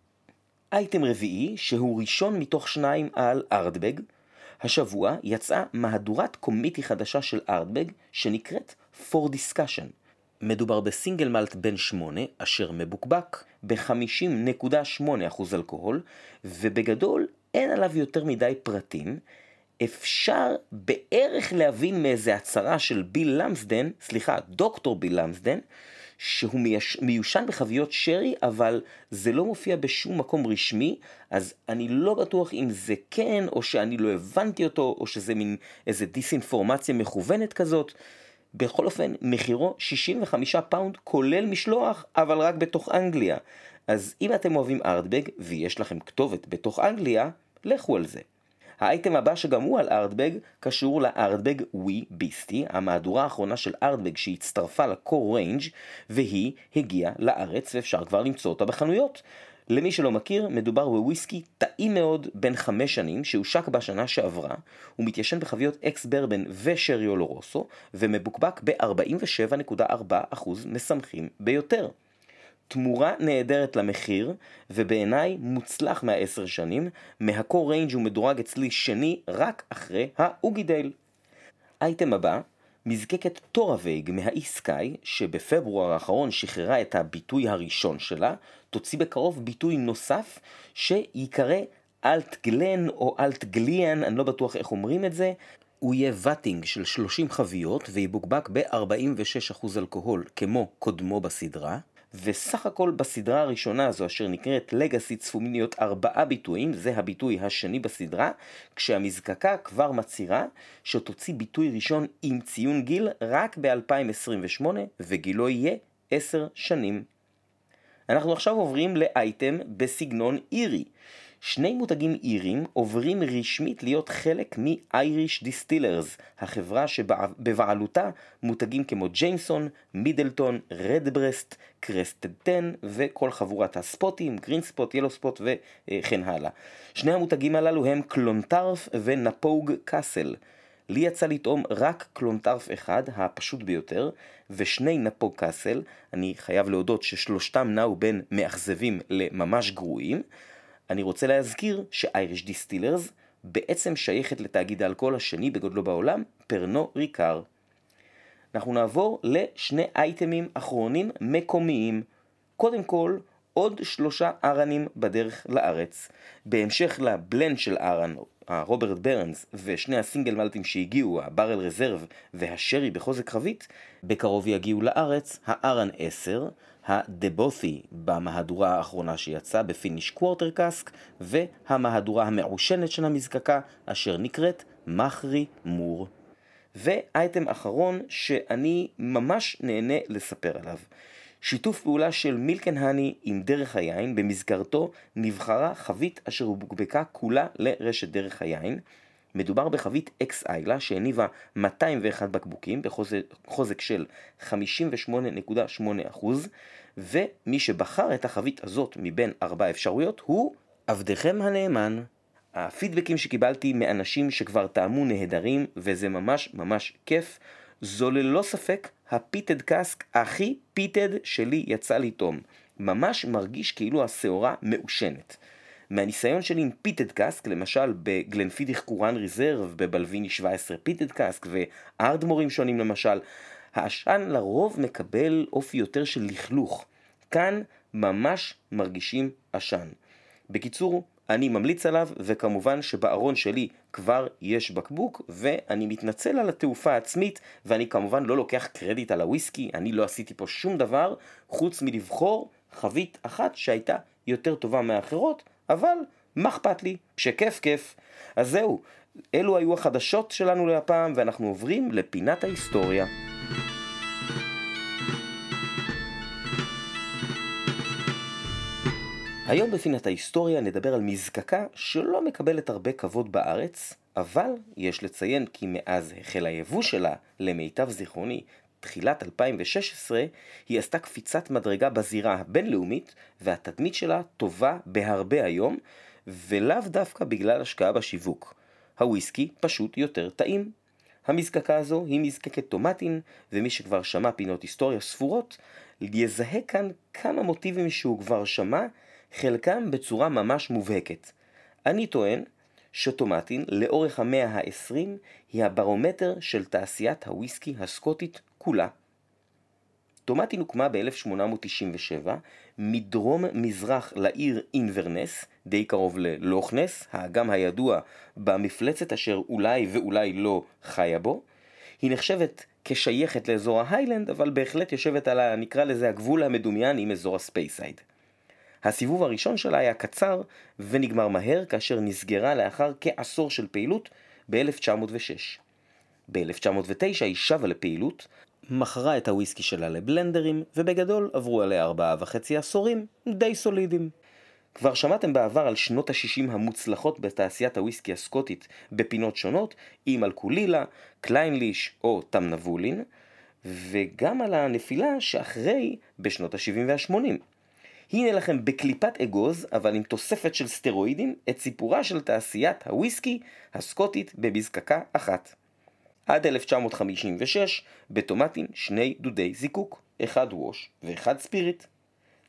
אייטם רביעי, שהוא ראשון מתוך שניים על ארדבג. השבוע יצאה מהדורת קומיטי חדשה של ארדבג, שנקראת For Discussion. מדובר בסינגל מלט בן שמונה, אשר מבוקבק ב-חמישים נקודה שמונה אחוז אלכוהול, ובגדול אין עליו יותר מדי פרטים. אפשר בערך להבין מאיזה הצהרה של ביל למסדן, סליחה, דוקטור ביל למסדן, שהוא מיושן בחביות שרי, אבל זה לא מופיע בשום מקום רשמי, אז אני לא בטוח אם זה כן, או שאני לא הבנתי אותו, או שזה מין איזה דיסאינפורמציה מכוונת כזאת. בכל אופן, מחירו שישים וחמישה פאונד, כולל משלוח, אבל רק בתוך אנגליה. אז אם אתם אוהבים ארדבג, ויש לכם כתובת בתוך אנגליה, לכו על זה. האייטם הבא שגם הוא על ארדבג, קשור לארדבג ווי ביסטי, המהדורה האחרונה של ארדבג שהצטרפה לקור ריינג', והיא הגיעה לארץ ואפשר כבר למצוא אותה בחנויות. למי שלא מכיר, מדובר בוויסקי טעים מאוד בין חמש שנים, שהושק בשנה שעברה, הוא מתיישן בחביות אקס ברבן ושרי אולורוסו, ומבוקבק ב-ארבעים ושבע נקודה ארבע אחוז משמחים ביותר. תמורה נהדרת למחיר, ובעיניי מוצלח מהעשר שנים. מהקור ריינג' הוא מדורג אצלי שני רק אחרי האוגידייל. אייטם הבא, מזקקת טוראווייג מהאי סקאי, שבפברואר האחרון שחררה את הביטוי הראשון שלה, תוציא בקרוב ביטוי נוסף שיקרא אלט גלן או אלט גליאן, אני לא בטוח איך אומרים את זה. הוא יהיה וטינג של שלושים חביות ויבוקבק ב-ארבעים ושש אחוז אלכוהול כמו קודמו בסדרה, וסך הכל בסדרה הראשונה הזו אשר נקראת לגאסי צפויים להיות ארבעה ביטויים, זה הביטוי השני בסדרה, כשהמזקקה כבר מצהירה שתוציא ביטוי ראשון עם ציון גיל רק ב-אלפיים עשרים ושמונה וגילו יהיה עשר שנים. אנחנו עכשיו עוברים לאייטם בסגנון אירי. שני מותגים אירים עוברים רשמית להיות חלק מ-Irish Distillers, החברה שבבעלותה מותגים כמו ג'יימסון, מידלטון, רדברסט, קרסטד עשר וכל חבורת הספוטים, גרין ספוט, ילו ספוט וכן הלאה. שני המותגים הללו הם קלונטרף ונפוג קאסל. לי יצא לטעום רק קלונטרף אחד, הפשוט ביותר, ושני נפוג קאסל. אני חייב להודות ששלושתם נעו בין מאכזבים לממש גרועים. אני רוצה להזכיר ש-Irish Distillers בעצם שייכת לתאגיד האלכוהול השני בגודלו בעולם, פרנו ריקר. אנחנו נעבור לשני אייטמים אחרונים מקומיים. קודם כל, עוד שלושה ארנים בדרך לארץ. בהמשך לבלנד של ארן, הרוברט ברנס ושני הסינגל מלטים שהגיעו, הברל רזרב והשרי בחוזק חבית, בקרוב יגיעו לארץ הארן עשר, הדבות'י במהדורה האחרונה שיצאה בפיניש קוורטר קאסק, והמהדורה המעושנת של המזקקה אשר נקראת מחרי מור. ואייטם אחרון שאני ממש נהנה לספר עליו. שיתוף פעולה של מילק אנד הני עם דרך היין, במסגרתו נבחרה חבית אשר הובוקבקה כולה לרשת דרך היין. מדובר בחבית אקס איילה שהניבה מאתיים ואחד בקבוקים בחוזק של חמישים ושמונה נקודה שמונה אחוז, ומי שבחר את החבית הזאת מבין ארבע אפשרויות הוא עבדכם הנאמן. הפידבקים שקיבלתי מאנשים שכבר טעמו נהדרים, וזה ממש ממש כיף. זו ללא ספק הפיטד קאסק הכי פיטד שלי יצא לטעום. ממש מרגיש כאילו השעורה מעושנת. מהניסיון שלי עם פיטד קאסק, למשל בגלנפידיך קורן ריזרב, בבלוויני שבע עשרה פיטד קאסק וארדמורים שונים למשל, העשן לרוב מקבל אופי יותר של לכלוך. כאן ממש מרגישים עשן. בקיצור, אני ממליץ עליו, וכמובן שבארון שלי כבר יש בקבוק, ואני מתנצל על התעופה העצמית, ואני כמובן לא לוקח קרדיט על הוויסקי, אני לא עשיתי פה שום דבר, חוץ מלבחור חבית אחת שהייתה יותר טובה מהאחרות, אבל מה אכפת לי? שכיף כיף. אז זהו, אלו היו החדשות שלנו להפעם, ואנחנו עוברים לפינת ההיסטוריה. היום בפינת ההיסטוריה נדבר על מזקקה שלא מקבלת הרבה כבוד בארץ, אבל יש לציין כי מאז החל היבוא שלה, למיטב זיכרוני, תחילת אלפיים ושש עשרה, היא עשתה קפיצת מדרגה בזירה הבינלאומית, והתדמית שלה טובה בהרבה היום, ולאו דווקא בגלל השקעה בשיווק. הוויסקי פשוט יותר טעים. המזקקה הזו היא מזקקת טומטין, ומי שכבר שמע פינות היסטוריה ספורות, יזהה כאן כמה מוטיבים שהוא כבר שמע, חלקם בצורה ממש מובהקת. אני טוען שטומטין לאורך המאה ה-עשרים היא הברומטר של תעשיית הוויסקי הסקוטית כולה. טומטין הוקמה ב-אלף שמונה מאות תשעים ושבע מדרום מזרח לעיר אינברנס, די קרוב ללוכנס, האגם הידוע במפלצת אשר אולי ואולי לא חיה בו. היא נחשבת כשייכת לאזור ההיילנד, אבל בהחלט יושבת על ה, נקרא לזה, הגבול המדומיין עם אזור הספייסייד. הסיבוב הראשון שלה היה קצר ונגמר מהר, כאשר נסגרה לאחר כעשור של פעילות ב-אלף תשע מאות ושש. ב-אלף תשע מאות ותשע היא שבה לפעילות, מכרה את הוויסקי שלה לבלנדרים, ובגדול עברו עליה ארבעה וחצי עשורים די סולידים. כבר שמעתם בעבר על שנות ה-שישים המוצלחות בתעשיית הוויסקי הסקוטית בפינות שונות, עם אלקולילה, קליינליש או תמנבולין, וגם על הנפילה שאחרי בשנות ה-שבעים וה-שמונים. הנה לכם בקליפת אגוז, אבל עם תוספת של סטרואידים, את סיפורה של תעשיית הוויסקי הסקוטית במזקקה אחת. עד אלף תשע מאות חמישים ושש, בטומטין שני דודי זיקוק, אחד ווש ואחד ספיריט.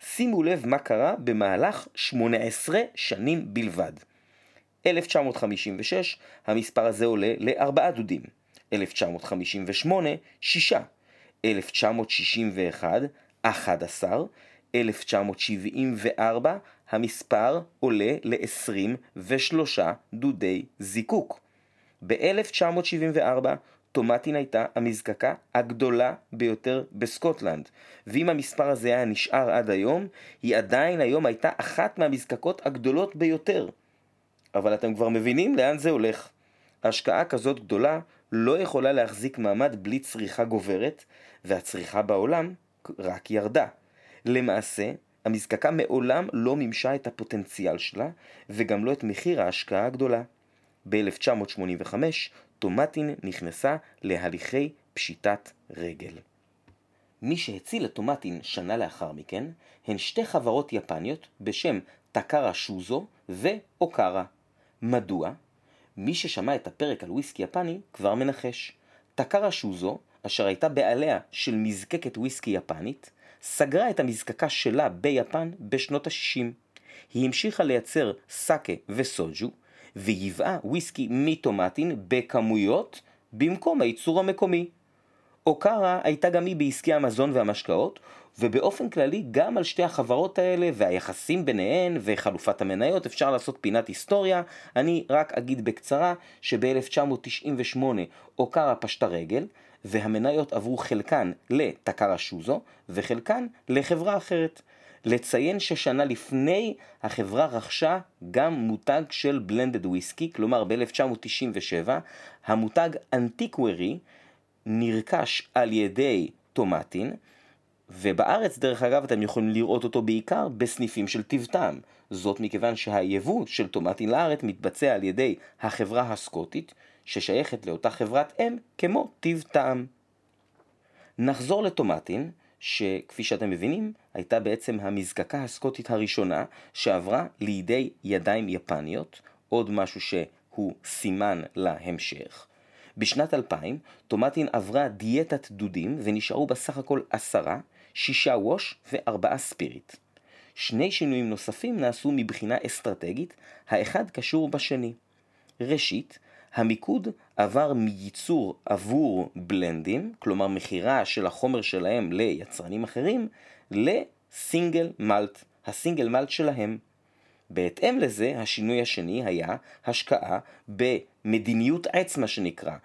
שימו לב מה קרה במהלך שמונה עשרה שנים בלבד. אלף תשע מאות חמישים ושש המספר הזה עולה לארבעה דודים, אלף תשע מאות חמישים ושמונה שישה, אלף תשע מאות שישים ואחת אחד עשר, אלף תשע מאות שבעים וארבע המספר עולה ל-עשרים ושלושה דודי זיקוק. ב-אלף תשע מאות שבעים וארבע טומאטין הייתה המזקקה הגדולה ביותר בסקוטלנד, ואם המספר הזה היה נשאר עד היום, היא עדיין היום הייתה אחת מהמזקקות הגדולות ביותר. אבל אתם כבר מבינים לאן זה הולך. השקעה כזאת גדולה לא יכולה להחזיק מעמד בלי צריכה גוברת, והצריכה בעולם רק ירדה. למעשה, המזקקה מעולם לא מימשה את הפוטנציאל שלה, וגם לא את מחיר ההשקעה הגדולה. ב-אלף תשע מאות שמונים וחמש טומאטין נכנסה להליכי פשיטת רגל. מי שהציל את טומאטין שנה לאחר מכן הן שתי חברות יפניות בשם טקרה שוזו ואוקרה. מדוע? מי ששמע את הפרק על וויסקי יפני כבר מנחש. טקרה שוזו, אשר הייתה בעליה של מזקקת וויסקי יפנית, סגרה את המזקקה שלה ביפן בשנות ה-שישים. היא המשיכה לייצר סאקה וסוג'ו, וייבאה וויסקי מטומאטין בכמויות במקום הייצור המקומי. אוקרה הייתה גם היא בעסקי המזון והמשקאות, ובאופן כללי גם על שתי החברות האלה והיחסים ביניהן וחלופת המניות אפשר לעשות פינת היסטוריה. אני רק אגיד בקצרה שב-אלף תשע מאות תשעים ושמונה אוקרה פשטה רגל, והמניות עברו חלקן לטקרה שוזו וחלקן לחברה אחרת. לציין ששנה לפני החברה רכשה גם מותג של בלנדד וויסקי, כלומר ב-אלף תשע מאות תשעים ושבע המותג אנטיקוורי נרכש על ידי טומאטין, ובארץ דרך אגב אתם יכולים לראות אותו בעיקר בסניפים של טיב טעם. זאת מכיוון שהיבוא של טומאטין לארץ מתבצע על ידי החברה הסקוטית ששייכת לאותה חברת אם כמו טיב טעם. נחזור לטומאטין, שכפי שאתם מבינים הייתה בעצם המזקקה הסקוטית הראשונה שעברה לידי ידיים יפניות, עוד משהו שהוא סימן להמשך. בשנת אלפיים טומאטין עברה דיאטת דודים ונשארו בסך הכל עשרה, שישה ווש וארבעה ספיריט. שני שינויים נוספים נעשו מבחינה אסטרטגית, האחד קשור בשני. ראשית, המיקוד עבר מייצור עבור בלנדים, כלומר מחירה של החומר שלהם ליצרנים אחרים, לסינגל מלט, הסינגל מלט שלהם. בהתאם לזה, השינוי השני היה השקעה במדיניות עץ, מה שנקרא,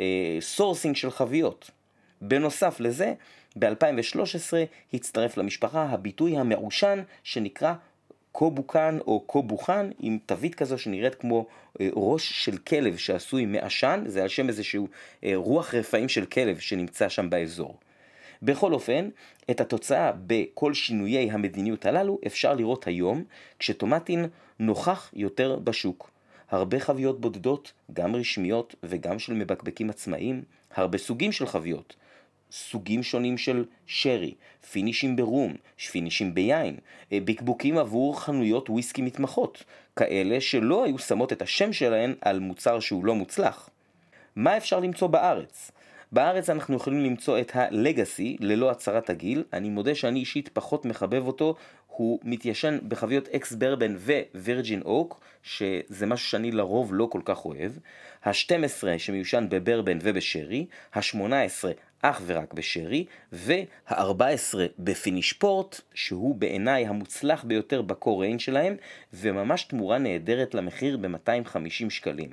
סורסינג של חביות. בנוסף לזה, ב-אלפיים ושלוש עשרה הצטרף למשפחה הביטוי המעושן שנקרא קובוקן או קובוכן, עם תווית כזו שנראית כמו ראש של כלב שעשוי מעשן, זה על שם איזשהו רוח רפאים של כלב שנמצא שם באזור. בכל אופן, את התוצאה בכל שינויי המדיניות הללו אפשר לראות היום, כשטומאטין נוכח יותר בשוק. הרבה חביות בודדות, גם רשמיות וגם של מבקבקים עצמאיים, הרבה סוגים של חביות, סוגים שונים של שרי, פינישים ברום, פינישים ביין, בקבוקים עבור חנויות וויסקי מתמחות, כאלה שלא היו שמות את השם שלהן על מוצר שהוא לא מוצלח. מה אפשר למצוא בארץ? בארץ אנחנו יכולים למצוא את הלגאסי ללא הצהרת הגיל. אני מודה שאני אישית פחות מחבב אותו, הוא מתיישן בחביות אקס ברבן ווירג'ין אוק, שזה משהו שאני לרוב לא כל כך אוהב. ה-שתים עשרה שמיושן בברבן ובשרי, ה-שמונה עשרה אך ורק בשרי, וה-ארבע עשרה בפיניש פורט, שהוא בעיניי המוצלח ביותר בקור ריין שלהם, וממש תמורה נהדרת למחיר ב-מאתיים וחמישים שקלים.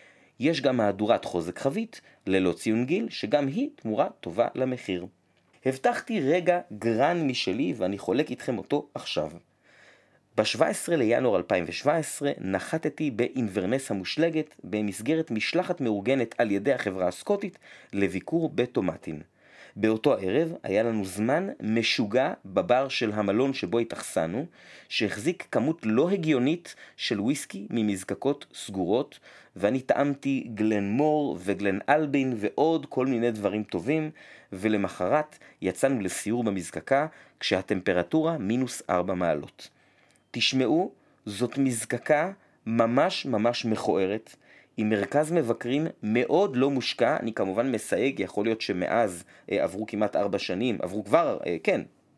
יש גם מהדורת חוזק חבית, ללא ציון גיל, שגם היא תמורה טובה למחיר. הבטחתי רגע גרן משלי ואני חולק איתכם אותו עכשיו. ב-שבעה עשר לינואר אלפיים שבע עשרה נחתתי באינברנס המושלגת במסגרת משלחת מאורגנת על ידי החברה הסקוטית לביקור בטומאטין. באותו הערב היה לנו זמן משוגע בבר של המלון שבו התאכסנו, שהחזיק כמות לא הגיונית של וויסקי ממזקקות סגורות, ואני טעמתי גלן מור וגלן אלבין ועוד כל מיני דברים טובים, ולמחרת יצאנו לסיור במזקקה כשהטמפרטורה מינוס ארבע מעלות. תשמעו, זאת מזקקה ממש ממש מכוערת, עם מרכז מבקרים מאוד לא מושקע. אני כמובן מסייג, יכול להיות שמאז אה, עברו כמעט ארבע שנים, עברו כבר, אה, כן,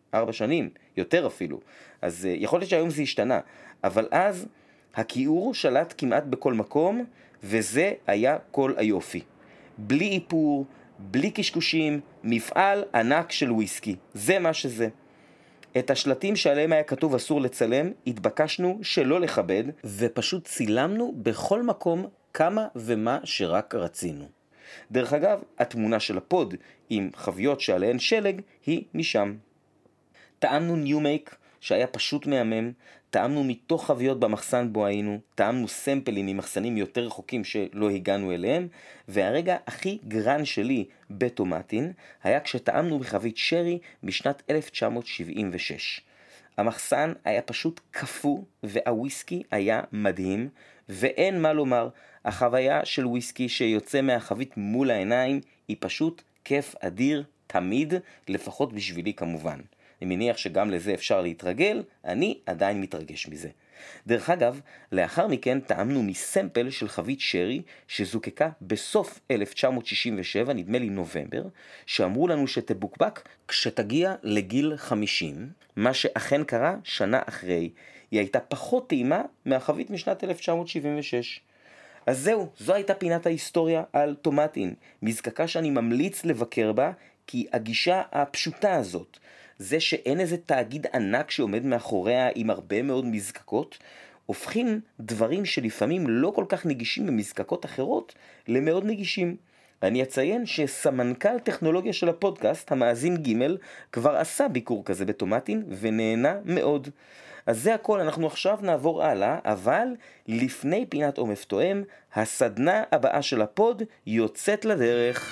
ארבע שנים, יותר אפילו. אז uh, יכול להיות שהיום זה השתנה, אבל אז הכיעור שלט כמעט בכל מקום, וזה היה כל היופי. בלי איפור, בלי קשקושים, מפעל ענק של וויסקי. זה מה שזה. את השלטים שעליהם היה כתוב אסור לצלם, התבקשנו שלא לכבד, ופשוט צילמנו בכל מקום כמה ומה שרק רצינו. דרך אגב, התמונה של הפוד עם חביות שעליהן שלג היא משם. טעמנו ניו-מייק שהיה פשוט מהמם, טעמנו מתוך חביות במחסן בו היינו, טעמנו סמפלים ממחסנים יותר רחוקים שלא הגענו אליהם, והרגע הכי גרן שלי בטומטין היה כשטעמנו בחבית שרי בשנת אלף תשע מאות שבעים ושש. המחסן היה פשוט קפוא והוויסקי היה מדהים, ואין מה לומר, החוויה של וויסקי שיוצא מהחבית מול העיניים היא פשוט כיף אדיר תמיד, לפחות בשבילי כמובן. אני מניח שגם לזה אפשר להתרגל, אני עדיין מתרגש מזה. דרך אגב, לאחר מכן טעמנו מסמפל של חבית שרי שזוקקה בסוף אלף תשע מאות שישים ושבע, נדמה לי נובמבר, שאמרו לנו שתבוקבק כשתגיע לגיל חמישים, מה שאכן קרה שנה אחרי. היא הייתה פחות טעימה מהחבית משנת אלף תשע מאות שבעים ושש. אז זהו, זו הייתה פינת ההיסטוריה על טומטין, מזקקה שאני ממליץ לבקר בה, כי הגישה הפשוטה הזאת, זה שאין איזה תאגיד ענק שעומד מאחוריה עם הרבה מאוד מזקקות, הופכים דברים שלפעמים לא כל כך נגישים במזקקות אחרות למאוד נגישים. אני אציין שסמנכ"ל טכנולוגיה של הפודקאסט, המאזין ג' כבר עשה ביקור כזה בטומטין ונהנה מאוד. אז זה הכל, אנחנו עכשיו נעבור הלאה, אבל לפני פינת עומף תואם, הסדנה הבאה של הפוד יוצאת לדרך.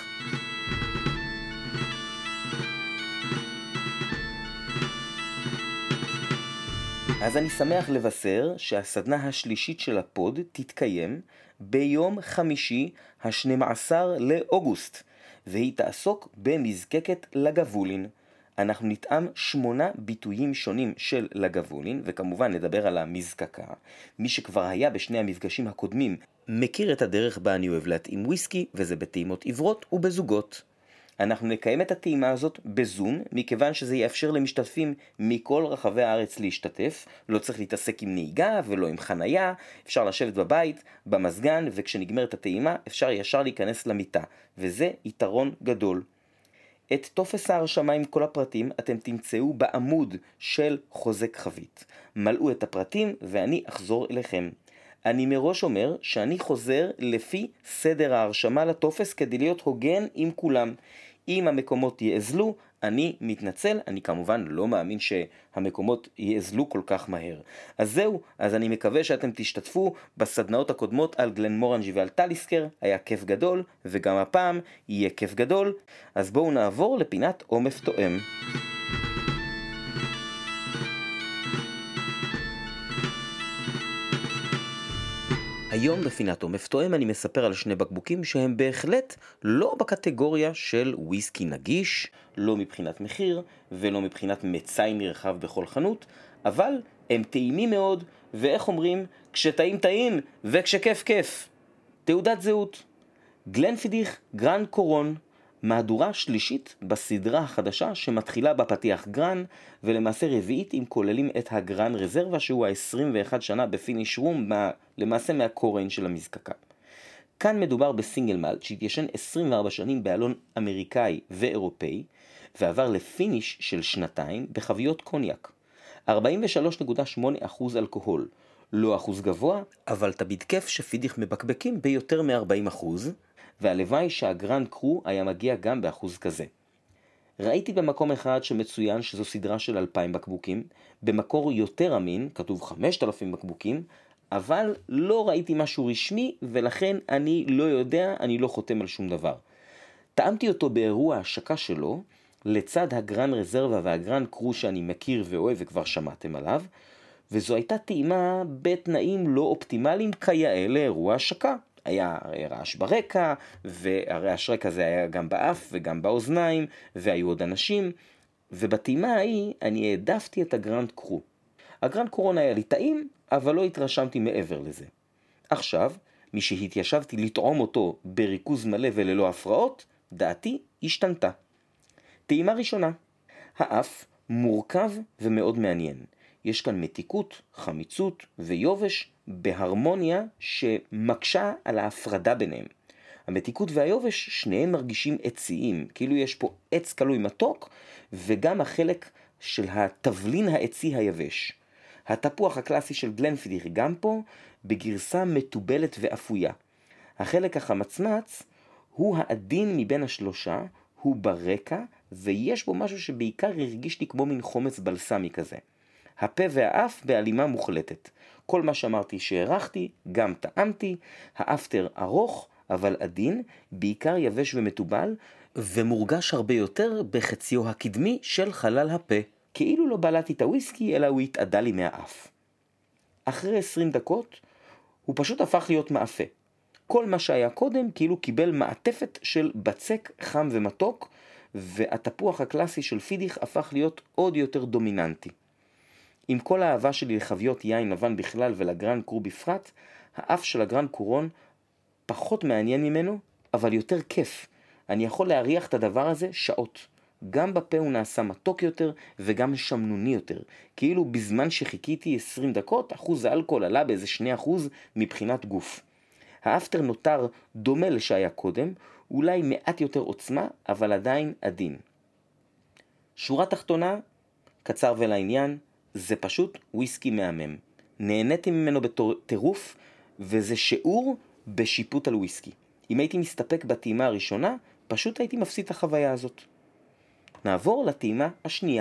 אז אני שמח לבשר שהסדנה השלישית של הפוד תתקיים ביום חמישי ה-שנים עשר לאוגוסט, והיא תעסוק במזקקת לגבולין. אנחנו נטעם שמונה ביטויים שונים של לגבולין, וכמובן נדבר על המזקקה. מי שכבר היה בשני המפגשים הקודמים מכיר את הדרך בה אני אוהב להתאים וויסקי, וזה בטעימות עברות ובזוגות. אנחנו נקיים את הטעימה הזאת בזום, מכיוון שזה יאפשר למשתתפים מכל רחבי הארץ להשתתף, לא צריך להתעסק עם נהיגה ולא עם חנייה, אפשר לשבת בבית, במזגן, וכשנגמרת הטעימה אפשר ישר להיכנס למיטה, וזה יתרון גדול. את טופס ההרשמה עם כל הפרטים אתם תמצאו בעמוד של חוזק חבית. מלאו את הפרטים ואני אחזור אליכם. אני מראש אומר שאני חוזר לפי סדר ההרשמה לטופס כדי להיות הוגן עם כולם. אם המקומות יעזלו, אני מתנצל, אני כמובן לא מאמין שהמקומות יעזלו כל כך מהר. אז זהו, אז אני מקווה שאתם תשתתפו בסדנאות הקודמות על גלנמורנג'י ועל טליסקר, היה כיף גדול, וגם הפעם יהיה כיף גדול. אז בואו נעבור לפינת עומף תואם. היום בפינת עומף תואם אני מספר על שני בקבוקים שהם בהחלט לא בקטגוריה של וויסקי נגיש, לא מבחינת מחיר ולא מבחינת מצאי נרחב בכל חנות, אבל הם טעימים מאוד, ואיך אומרים, כשטעים טעים וכשכיף כיף. תעודת זהות. גלנפידיך גרן קורון, מהדורה שלישית בסדרה החדשה שמתחילה בפתיח גרן, ולמעשה רביעית אם כוללים את הגרן רזרבה שהוא ה-עשרים ואחת שנה בפיניש רום, מה, למעשה מהקוריין של המזקקה. כאן מדובר בסינגל מאלט שהתיישן עשרים וארבע שנים באלון אמריקאי ואירופאי, ועבר לפיניש של שנתיים בחביות קוניאק. ארבעים ושלוש נקודה שמונה אחוז אלכוהול, לא אחוז גבוה, אבל תמיד כיף שפידיך מבקבקים ביותר מ-ארבעים אחוז, והלוואי שהגרנד קרו היה מגיע גם באחוז כזה. ראיתי במקום אחד שמצוין שזו סדרה של אלפיים בקבוקים, במקור יותר אמין, כתוב חמשת אלפים בקבוקים, אבל לא ראיתי משהו רשמי, ולכן אני לא יודע, אני לא חותם על שום דבר. טעמתי אותו באירוע השקה שלו, לצד הגרנד רזרבה והגרנד קרו שאני מכיר ואוהב וכבר שמעתם עליו, וזו הייתה טעימה בתנאים לא אופטימליים כיאה לאירוע השקה. היה רעש ברקע, והרעש רקע הזה היה גם באף וגם באוזניים, והיו עוד אנשים, ובטעימה ההיא אני העדפתי את הגרנד קרו. הגרנד קורון היה לי טעים, אבל לא התרשמתי מעבר לזה. עכשיו, מי שהתיישבתי לטעום אותו בריכוז מלא וללא הפרעות, דעתי השתנתה. טעימה ראשונה. האף מורכב ומאוד מעניין. יש כאן מתיקות, חמיצות ויובש בהרמוניה שמקשה על ההפרדה ביניהם. המתיקות והיובש שניהם מרגישים עציים, כאילו יש פה עץ קלוי מתוק וגם החלק של התבלין העצי היבש. התפוח הקלאסי של גלנפידיך גם פה בגרסה מטובלת ואפויה. החלק החמצמץ הוא העדין מבין השלושה, הוא ברקע ויש בו משהו שבעיקר הרגיש לי כמו מין חומץ בלסמי כזה. הפה והאף בהלימה מוחלטת. כל מה שאמרתי שהערכתי, גם טעמתי, האפטר ארוך אבל עדין, בעיקר יבש ומטובל, ומורגש הרבה יותר בחציו הקדמי של חלל הפה. כאילו לא בלעתי את הוויסקי, אלא הוא התעדה לי מהאף. אחרי עשרים דקות, הוא פשוט הפך להיות מאפה. כל מה שהיה קודם כאילו קיבל מעטפת של בצק חם ומתוק, והתפוח הקלאסי של פידיך הפך להיות עוד יותר דומיננטי. עם כל האהבה שלי לחביות יין לבן בכלל ולגרן קור בפרט, האף של הגרן קורון פחות מעניין ממנו, אבל יותר כיף. אני יכול להריח את הדבר הזה שעות. גם בפה הוא נעשה מתוק יותר וגם שמנוני יותר. כאילו בזמן שחיכיתי עשרים דקות, אחוז האלכוהול עלה באיזה שני אחוז מבחינת גוף. האפטר נותר דומה לשהיה קודם, אולי מעט יותר עוצמה, אבל עדיין עדין. שורה תחתונה, קצר ולעניין, זה פשוט וויסקי מהמם. נהניתי ממנו בטירוף, וזה שיעור בשיפוט על וויסקי. אם הייתי מסתפק בטעימה הראשונה, פשוט הייתי מפסיד את החוויה הזאת. נעבור לטעימה השנייה.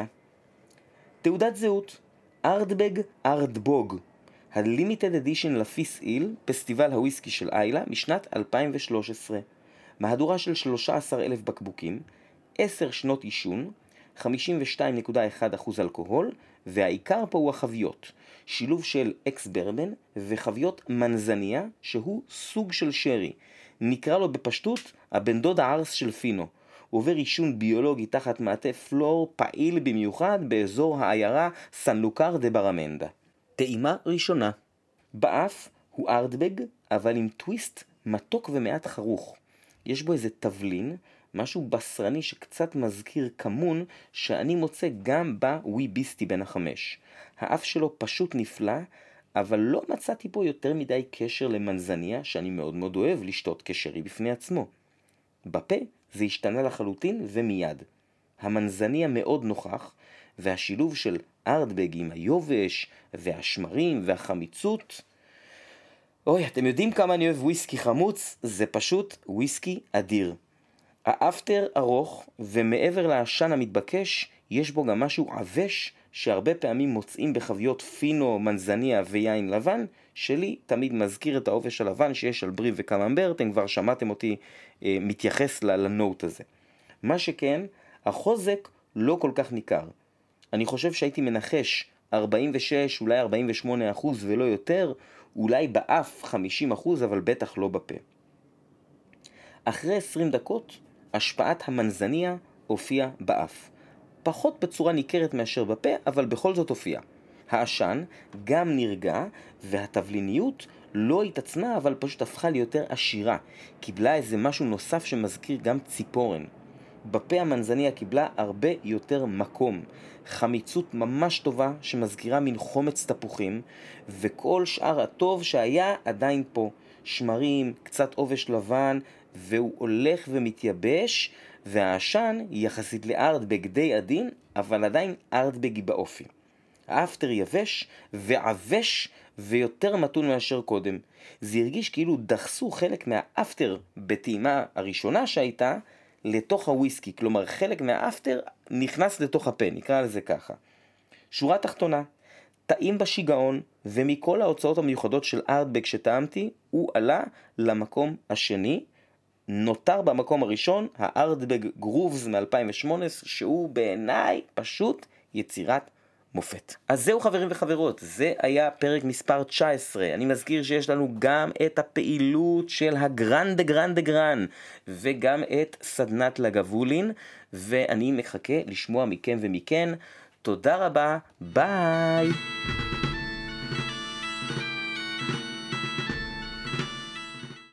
תעודת זהות, ארדבג ארדבוג, הלימיטד אדישן לפיס איל, פסטיבל הוויסקי של איילה, משנת אלפיים ושלוש עשרה. מהדורה של שלושה עשר אלף בקבוקים, עשר שנות עישון, חמישים ושתיים נקודה אחת אחוז אלכוהול, והעיקר פה הוא החביות, שילוב של אקס ברבן וחביות מנזניה, שהוא סוג של שרי. נקרא לו בפשטות הבן דוד הערס של פינו. הוא עובר עישון ביולוגי תחת מעטה פלור פעיל במיוחד באזור העיירה סן לוקר דה ברמנדה. טעימה ראשונה. באף הוא ארדבג, אבל עם טוויסט מתוק ומעט חרוך. יש בו איזה תבלין, משהו בשרני שקצת מזכיר כמון, שאני מוצא גם בווי ביסטי בן החמש. האף שלו פשוט נפלא, אבל לא מצאתי פה יותר מדי קשר למנזניה, שאני מאוד מאוד אוהב לשתות כשרי בפני עצמו. בפה זה השתנה לחלוטין ומיד. המנזניה מאוד נוכח, והשילוב של ארדבג עם היובש והשמרים והחמיצות, אוי, אתם יודעים כמה אני אוהב וויסקי חמוץ? זה פשוט וויסקי אדיר. האפטר ארוך, ומעבר לעשן המתבקש, יש בו גם משהו עבש, שהרבה פעמים מוצאים בחביות פינו, מנזניה ויין לבן, שלי תמיד מזכיר את העובש הלבן שיש על ברי וקממבר, אתם כבר שמעתם אותי אה, מתייחס לנוט הזה. מה שכן, החוזק לא כל כך ניכר. אני חושב שהייתי מנחש ארבעים ושש, אולי ארבעים ושמונה אחוז ולא יותר, אולי באף חמישים אחוז, אבל בטח לא בפה. אחרי עשרים דקות, השפעת המנזניה הופיעה באף. פחות בצורה ניכרת מאשר בפה, אבל בכל זאת הופיעה. העשן גם נרגע, והתבליניות לא התעצמה, אבל פשוט הפכה ליותר עשירה. קיבלה איזה משהו נוסף שמזכיר גם ציפורן. בפה המנזניה קיבלה הרבה יותר מקום. חמיצות ממש טובה שמזכירה מן חומץ תפוחים, וכל שאר הטוב שהיה עדיין פה. שמרים, קצת עובש לבן, והוא הולך ומתייבש, והעשן יחסית לארדבג די עדין, אבל עדיין ארדבגי באופי. האפטר יבש ועבש ויותר מתון מאשר קודם. זה הרגיש כאילו דחסו חלק מהאפטר בטעימה הראשונה שהייתה לתוך הוויסקי, כלומר חלק מהאפטר נכנס לתוך הפה, נקרא לזה ככה. שורה תחתונה, טעים בשיגעון, ומכל ההוצאות המיוחדות של ארדבג שטעמתי, הוא עלה למקום השני, נותר במקום הראשון, הארדבג גרובס מ-אלפיים ושמונה עשרה, שהוא בעיניי פשוט יצירת מופת. אז זהו חברים וחברות, זה היה פרק מספר תשע עשרה. אני מזכיר שיש לנו גם את הפעילות של הגרנדה גרנדה גרן, וגם את סדנת לגבולין, ואני מחכה לשמוע מכם ומכן. תודה רבה, ביי!